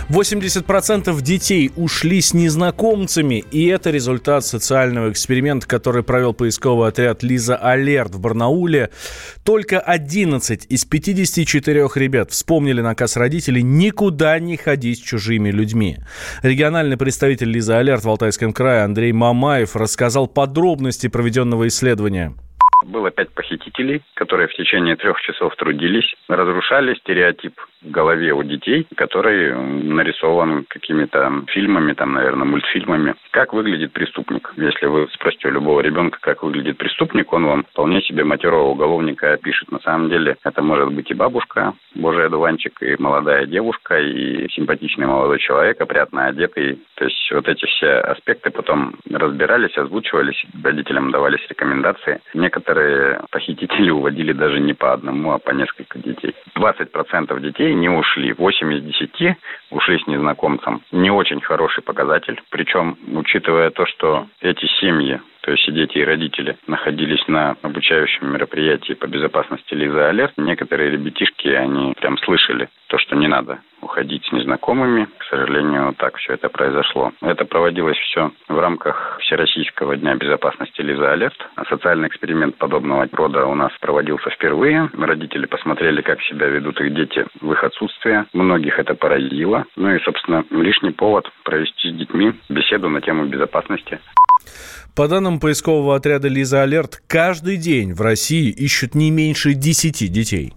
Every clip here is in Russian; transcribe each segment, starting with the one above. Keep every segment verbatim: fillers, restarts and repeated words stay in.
восемьдесят процентов детей ушли с незнакомцами, и это результат социального эксперимента, который провел поисковый отряд «Лиза Алерт» в Барнауле. Только одиннадцать из пятидесяти четырёх ребят вспомнили наказ родителей никуда не ходить с чужими людьми. Региональный представитель «Лиза Алерт» в Алтайском крае Андрей Мамаев рассказал подробности проведенного исследования. Было пять похитителей, которые в течение трех часов трудились, разрушали стереотип в голове у детей, который нарисован какими-то фильмами, там, наверное, мультфильмами. Как выглядит преступник? Если вы спросите у любого ребенка, как выглядит преступник, он вам вполне себе матерого уголовника опишет. На самом деле это может быть и бабушка, божий одуванчик, и молодая девушка, и симпатичный молодой человек, опрятно одетый. То есть вот эти все аспекты потом разбирались, озвучивались, родителям давались рекомендации. Некоторые похитители уводили даже не по одному, а по несколько детей. двадцать процентов детей не ушли. восемь из десяти ушли с незнакомцем. Не очень хороший показатель. Причем, учитывая то, что эти семьи, то есть и дети, и родители, находились на обучающем мероприятии по безопасности «Лиза Алерт», некоторые ребятишки, они прям слышали то, что не надо уходить с незнакомыми. К сожалению, так все это произошло. Это проводилось все в рамках Всероссийского дня безопасности «Лиза Алерт». Социальный эксперимент подобного рода у нас проводился впервые. Родители посмотрели, как себя ведут их дети в их отсутствие. Многих это поразило. Ну и, собственно, лишний повод провести с детьми беседу на тему безопасности. По данным поискового отряда «Лиза Алерт», каждый день в России ищут не меньше десяти детей.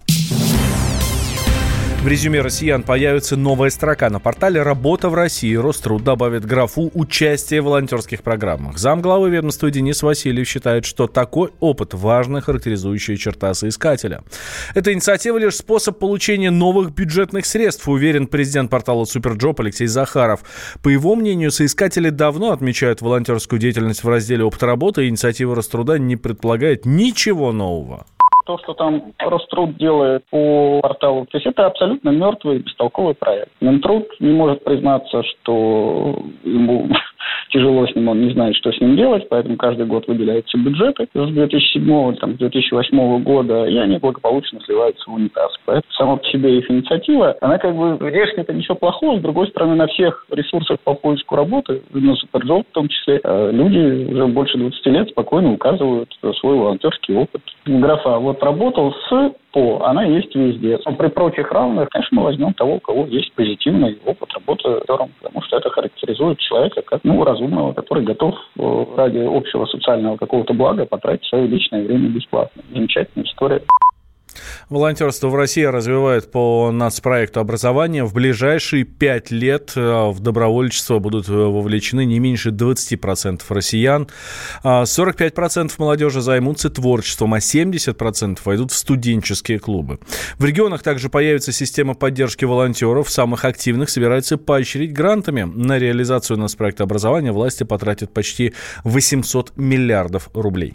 В резюме «Россиян» появится новая строка на портале «Работа в России». Роструд добавит графу «Участие в волонтерских программах». Замглавы ведомства Денис Васильев считает, что такой опыт – важная характеризующая черта соискателя. Эта инициатива – лишь способ получения новых бюджетных средств, уверен президент портала «Суперджоп» Алексей Захаров. По его мнению, соискатели давно отмечают волонтерскую деятельность в разделе «Опыт работы», и инициатива Роструда не предполагает ничего нового. То, что там Роструд делает по порталу, то есть это абсолютно мертвый, бестолковый проект. Минтруд не может признаться, что ему тяжело с ним, он не знает, что с ним делать, поэтому каждый год выделяются бюджеты с две тысячи седьмого, там, с две тысячи восьмого года, и они благополучно сливаются в унитаз. Поэтому сама по себе их инициатива, она как бы внешне-то ничего плохого, с другой стороны, на всех ресурсах по поиску работы, на Суперджоп в том числе, люди уже больше двадцати лет спокойно указывают свой волонтерский опыт. Графа вот работал с по, она есть везде. Но при прочих равных, конечно, мы возьмем того, у кого есть позитивный опыт работы волонтером, потому что это характеризует человека как, ну, разумного, который готов ради общего социального какого-то блага потратить свое личное время бесплатно. Замечательная история. Волонтерство в России развивает по нацпроекту образования. В ближайшие пять лет в добровольчество будут вовлечены не меньше двадцати процентов россиян. сорок пять процентов молодежи займутся творчеством, а семьдесят процентов войдут в студенческие клубы. В регионах также появится система поддержки волонтеров. Самых активных собираются поощрить грантами. На реализацию нацпроекта образования власти потратят почти восемьсот миллиардов рублей.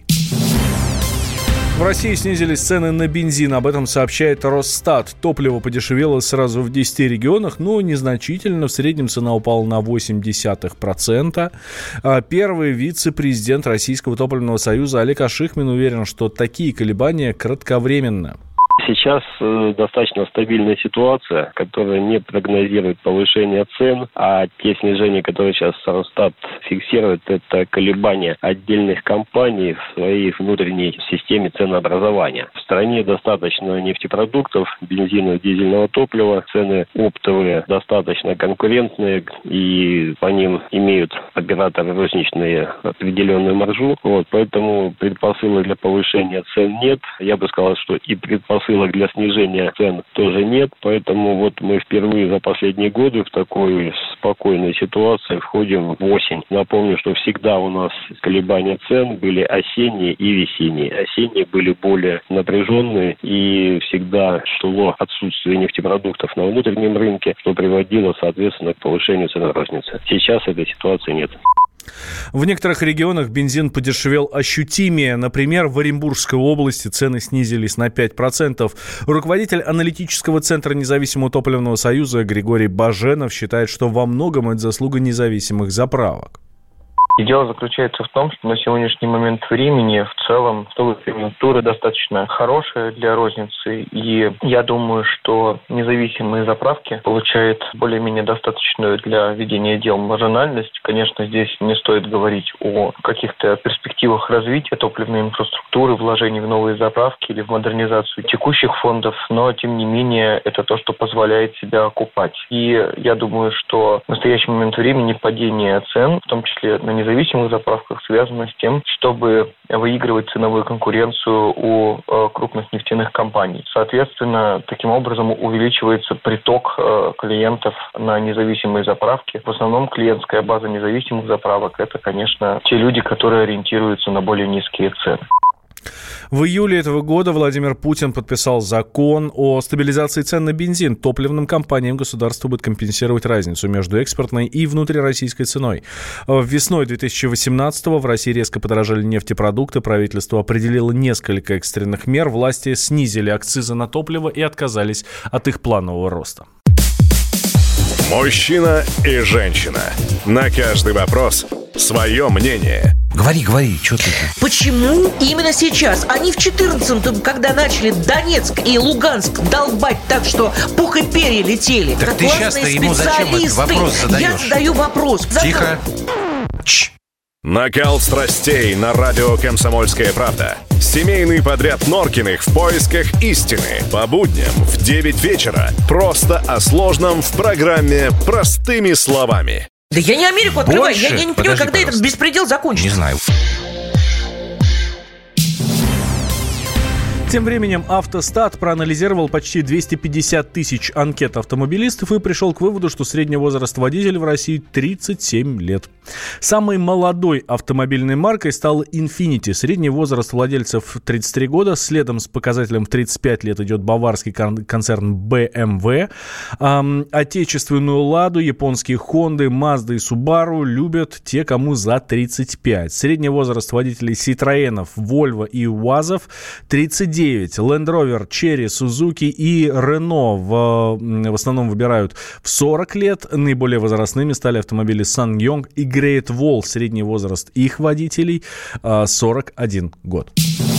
В России снизились цены на бензин. Об этом сообщает Росстат. Топливо подешевело сразу в десяти регионах, но незначительно. В среднем цена упала на восемь десятых процента. Первый вице-президент Российского топливного союза Олег Ашихмин уверен, что такие колебания кратковременны. Сейчас э, достаточно стабильная ситуация, которая не прогнозирует повышение цен, а те снижения, которые сейчас Росстат фиксирует, это колебания отдельных компаний в своей внутренней системе ценообразования. В стране достаточно нефтепродуктов, бензина, дизельного топлива, цены оптовые достаточно конкурентные, и по ним имеют операторы розничные определенную маржу. Вот, поэтому предпосылок для повышения цен нет. Я бы сказал, что и предпосылок для снижения цен тоже нет, поэтому вот мы впервые за последние годы в такой спокойной ситуации входим в осень. Напомню, что всегда у нас колебания цен были осенние и весенние. Осенние были более напряженные, и всегда шло отсутствие нефтепродуктов на внутреннем рынке, что приводило, соответственно, к повышению цен розницы. Сейчас этой ситуации нет. В некоторых регионах бензин подешевел ощутимее. Например, в Оренбургской области цены снизились на пять процентов. Руководитель аналитического центра Независимого топливного союза Григорий Баженов считает, что во многом это заслуга независимых заправок. И дело заключается в том, что на сегодняшний момент времени в целом конъюнктура достаточно хорошая для розницы. И я думаю, что независимые заправки получают более-менее достаточную для ведения дел маржинальность. Конечно, здесь не стоит говорить о каких-то перспективах развития топливной инфраструктуры, вложений в новые заправки или в модернизацию текущих фондов, но, тем не менее, это то, что позволяет себя окупать. И я думаю, что в настоящий момент времени падение цен, в том числе на независимых заправках, связано с тем, чтобы выигрывать ценовую конкуренцию у э, крупных нефтяных компаний. Соответственно, таким образом увеличивается приток э, клиентов на независимые заправки. В основном клиентская база независимых заправок – это, конечно, те люди, которые ориентируются на более низкие цены. В июле этого года Владимир Путин подписал закон о стабилизации цен на бензин. Топливным компаниям государство будет компенсировать разницу между экспортной и внутрироссийской ценой. Весной две тысячи восемнадцатого в России резко подорожали нефтепродукты. Правительство определило несколько экстренных мер. Власти снизили акцизы на топливо и отказались от их планового роста. Мужчина и женщина. На каждый вопрос свое мнение. Говори, говори, что ты? Почему именно сейчас? Они в четырнадцатом, когда начали Донецк и Луганск долбать так, что пух и перья летели. Так ты сейчас-то ему зачем этот вопрос задаешь? Я задаю вопрос. Тихо. Чш. Накал страстей на радио «Комсомольская правда». Семейный подряд Норкиных в поисках истины. По будням в девять вечера. Просто о сложном в программе «Простыми словами». Да я не Америку открываю. Больше? Я, я не Подожди, понимаю, когда пожалуйста. этот беспредел закончится. Не знаю. Тем временем Автостат проанализировал почти двести пятьдесят тысяч анкет автомобилистов и пришел к выводу, что средний возраст водителя в России тридцать семь лет. Самой молодой автомобильной маркой стала Infiniti. Средний возраст владельцев тридцать три года. Следом с показателем в тридцать пять лет идет баварский концерн бэ эм вэ. Эм, отечественную «Ладу», японские «Хонды», «Мазды» и «Субару» любят те, кому за тридцать пять. Средний возраст водителей «Ситроенов», «Вольво» и «УАЗов тридцать девять. Land Rover, Chery, Suzuki и Renault в, в основном выбирают в сорок лет. Наиболее возрастными стали автомобили SsangYong и Great Wall. Средний возраст их водителей сорок один год.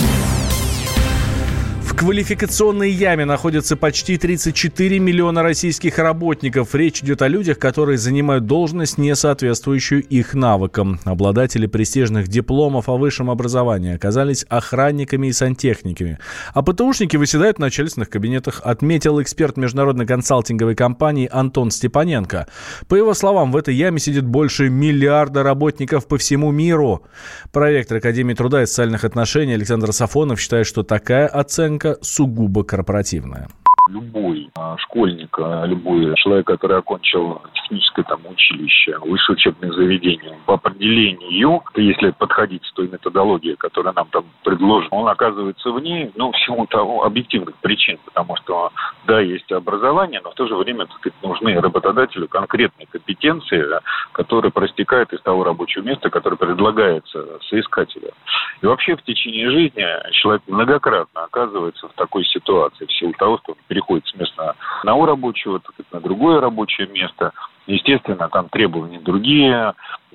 В квалификационной яме находятся почти тридцать четыре миллиона российских работников. Речь идет о людях, которые занимают должность, не соответствующую их навыкам. Обладатели престижных дипломов о высшем образовании оказались охранниками и сантехниками. А ПТУшники выседают в начальственных кабинетах, отметил эксперт международной консалтинговой компании Антон Степаненко. По его словам, в этой яме сидит больше миллиарда работников по всему миру. Проректор Академии труда и социальных отношений Александр Сафонов считает, что такая оценка сугубо корпоративная. Любой а, школьник, а, любой человек, который окончил техническое там, училище, высшее учебное заведение, по определению, если подходить с той методологией, которая нам там предложена, он оказывается в ней, ну, в силу того, объективных причин, потому что, да, есть образование, но в то же время, так сказать, нужны работодателю конкретные компетенции, которые проистекают из того рабочего места, которое предлагается соискателю. И вообще в течение жизни человек многократно оказывается в такой ситуации, в силу того, что он переходит с места одного рабочего на другое рабочее место. Естественно, там требования другие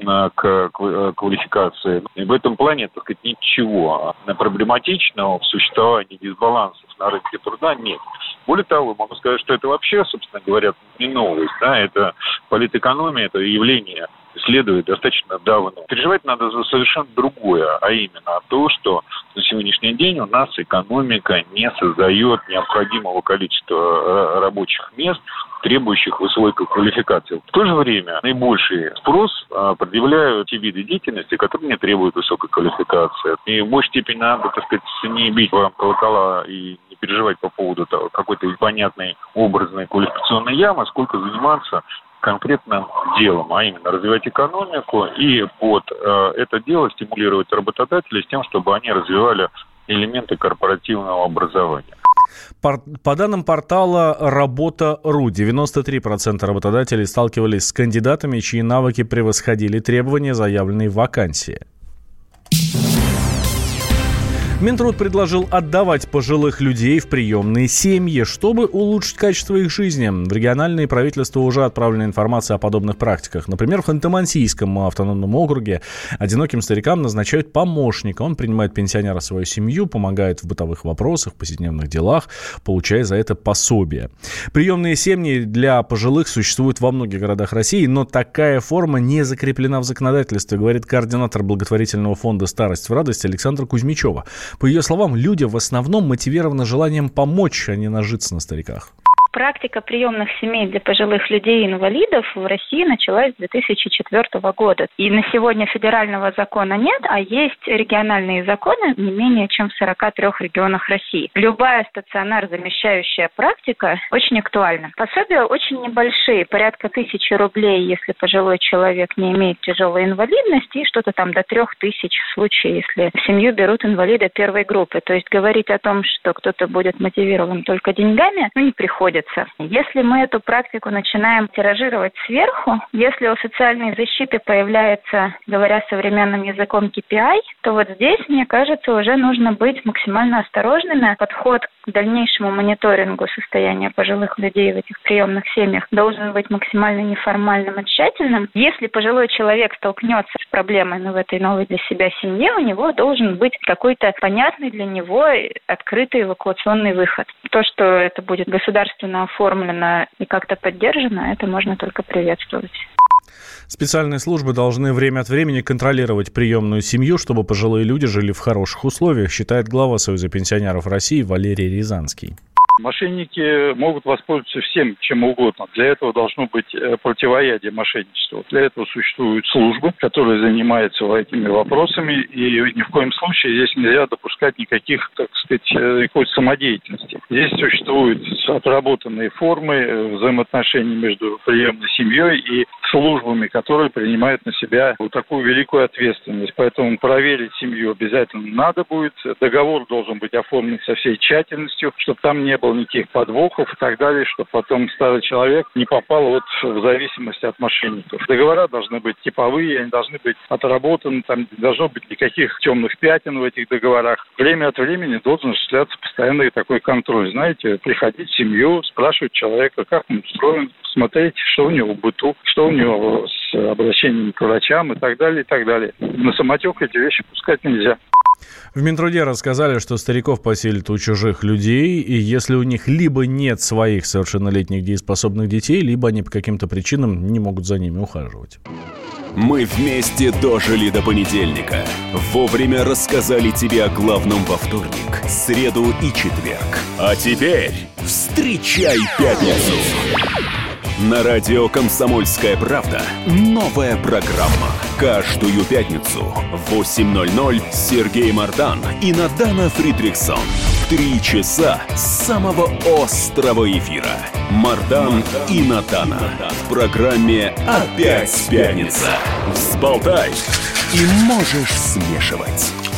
к квалификации. И в этом плане, так сказать, ничего проблематичного в существовании дисбалансов на рынке труда нет. Более того, могу сказать, что это вообще, собственно говоря, не новость. Да? Это политэкономия, это явление следует достаточно давно. Переживать надо за совершенно другое, а именно то, что на сегодняшний день у нас экономика не создает необходимого количества рабочих мест, требующих высокой квалификации. В то же время наибольший спрос предъявляют те виды деятельности, которые не требуют высокой квалификации. И в большей степени надо, так сказать, не бить вам колокола и не переживать по поводу того, какой-то понятной образной квалификационной ямы, сколько заниматься конкретным делом, а именно развивать экономику и под э, это дело стимулировать работодателей с тем, чтобы они развивали элементы корпоративного образования. По данным портала «Работа точка ру», девяносто три процента работодателей сталкивались с кандидатами, чьи навыки превосходили требования заявленной вакансии. Минтруд предложил отдавать пожилых людей в приемные семьи, чтобы улучшить качество их жизни. В региональные правительства уже отправлена информация о подобных практиках. Например, в Ханты-Мансийском автономном округе одиноким старикам назначают помощника. Он принимает пенсионера в свою семью, помогает в бытовых вопросах, повседневных делах, получая за это пособие. Приемные семьи для пожилых существуют во многих городах России, но такая форма не закреплена в законодательстве, говорит координатор благотворительного фонда «Старость в радость» Александра Кузьмичева. По ее словам, люди в основном мотивированы желанием помочь, а не нажиться на стариках. Практика приемных семей для пожилых людей-инвалидов в России началась с две тысячи четвёртого года. И на сегодня федерального закона нет, а есть региональные законы не менее чем в сорока трёх регионах России. Любая стационар-замещающая практика очень актуальна. Пособия очень небольшие, порядка тысячи рублей, если пожилой человек не имеет тяжелой инвалидности, и что-то там до трех тысяч в случае, если в семью берут инвалида первой группы. То есть говорить о том, что кто-то будет мотивирован только деньгами, ну, не приходится. Если мы эту практику начинаем тиражировать сверху, если у социальной защиты появляется, говоря современным языком, кей пи ай, то вот здесь, мне кажется, уже нужно быть максимально осторожными. Подход к дальнейшему мониторингу состояния пожилых людей в этих приемных семьях должен быть максимально неформальным и тщательным. Если пожилой человек столкнется с проблемой, ну, в этой новой для себя семье, у него должен быть какой-то понятный для него открытый эвакуационный выход. То, что это будет государственно оформлено и как-то поддержано, это можно только приветствовать. Специальные службы должны время от времени контролировать приемную семью, чтобы пожилые люди жили в хороших условиях, считает глава Союза пенсионеров России Валерий Рязанский. Мошенники могут воспользоваться всем, чем угодно. Для этого должно быть противоядие мошенничеству. Для этого существуют службы, которые занимаются этими вопросами, и ни в коем случае здесь нельзя допускать никаких, так сказать, какой-то самодеятельности. Здесь существуют отработанные формы взаимоотношений между приемной семьей и службами, которые принимают на себя вот такую великую ответственность. Поэтому проверить семью обязательно надо будет. Договор должен быть оформлен со всей тщательностью, чтобы там не было никаких подвохов и так далее, чтобы потом старый человек не попал вот в зависимость от мошенников. Договора должны быть типовые, они должны быть отработаны, там не должно быть никаких темных пятен в этих договорах. Время от времени должен осуществляться постоянный такой контроль. Знаете, приходить в семью, спрашивать человека, как он устроен, смотреть, что у него в быту, что у него с обращением к врачам и так далее, и так далее. На самотек эти вещи пускать нельзя. В Минтруде рассказали, что стариков поселят у чужих людей, и если у них либо нет своих совершеннолетних дееспособных детей, либо они по каким-то причинам не могут за ними ухаживать. Мы вместе дожили до понедельника. Вовремя рассказали тебе о главном во вторник, среду и четверг. А теперь встречай пятницу! На радио «Комсомольская правда» новая программа. Каждую пятницу в восемь ноль ноль Сергей Мардан и Надана Фридрихсон. Три часа самого острого эфира. Мардан и Надана. В программе «Опять пятница». Взболтай и можешь смешивать.